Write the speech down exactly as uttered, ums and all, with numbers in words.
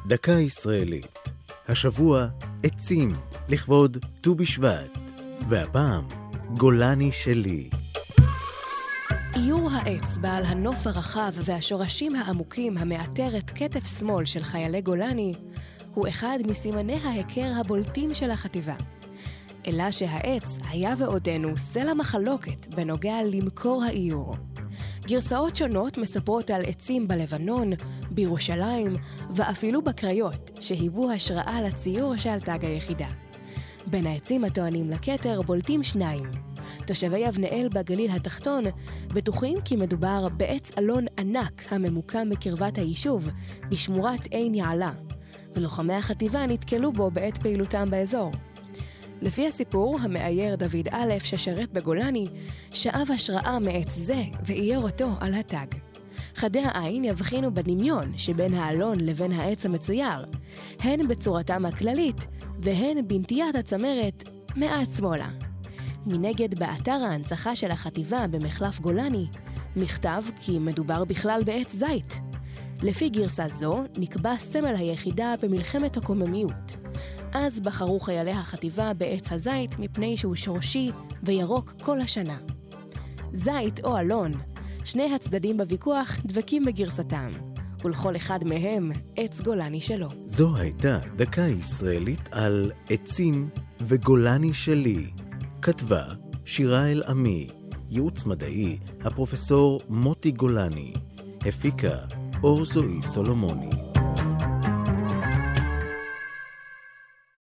דקה ישראלית. השבוע עצים לכבוד ט"ו בשבט, והפעם גולני שלי. איור העץ בעל הנוף הרחב והשורשים העמוקים המאתר את כתף שמאל של חיילי גולני הוא אחד מסימני ההיכר הבולטים של החטיבה. אלא שהעץ היה ועודנו סלע מחלוקת בנוגע למקור האיור. גרסאות שונות מספרות על עצים בלבנון, בירושלים ואפילו בקריות שהיוו השראה לציור שעל תג היחידה. בין העצים הטוענים לכתר בולטים שניים. תושבי יבנאל בגליל התחתון בטוחים כי מדובר בעץ אלון ענק הממוקם בקרבת היישוב בשמורת עין יעלה, ולוחמי החטיבה נתקלו בו בעת פעילותם באזור. לפי הסיפור, המאייר דוד א' ששרת בגולני שאב השראה מעץ זה ואייר אותו על התג. חדי העין יבחינו בדמיון שבין האלון לבין העץ המצויר, הן בצורתם הכללית והן בנטיית הצמרת מעט שמאלה. מנגד, באתר ההנצחה של החטיבה במחלף גולני נכתב כי מדובר בכלל בעץ זית. לפי גרסה זו נקבע סמל היחידה במלחמת הקוממיות. אז בחרו חיילי החטיבה בעץ הזית מפני שהוא שורשי וירוק כל השנה. זית או אלון, שני הצדדים בוויכוח דבקים בגרסתם, ולכל אחד מהם עץ גולני שלו. זו הייתה דקה ישראלית על עצים וגולני שלי. כתבה שירה אל עמי, ייעוץ מדעי הפרופסור מוטי גולני, הפיקה אור זוהי סולומוני.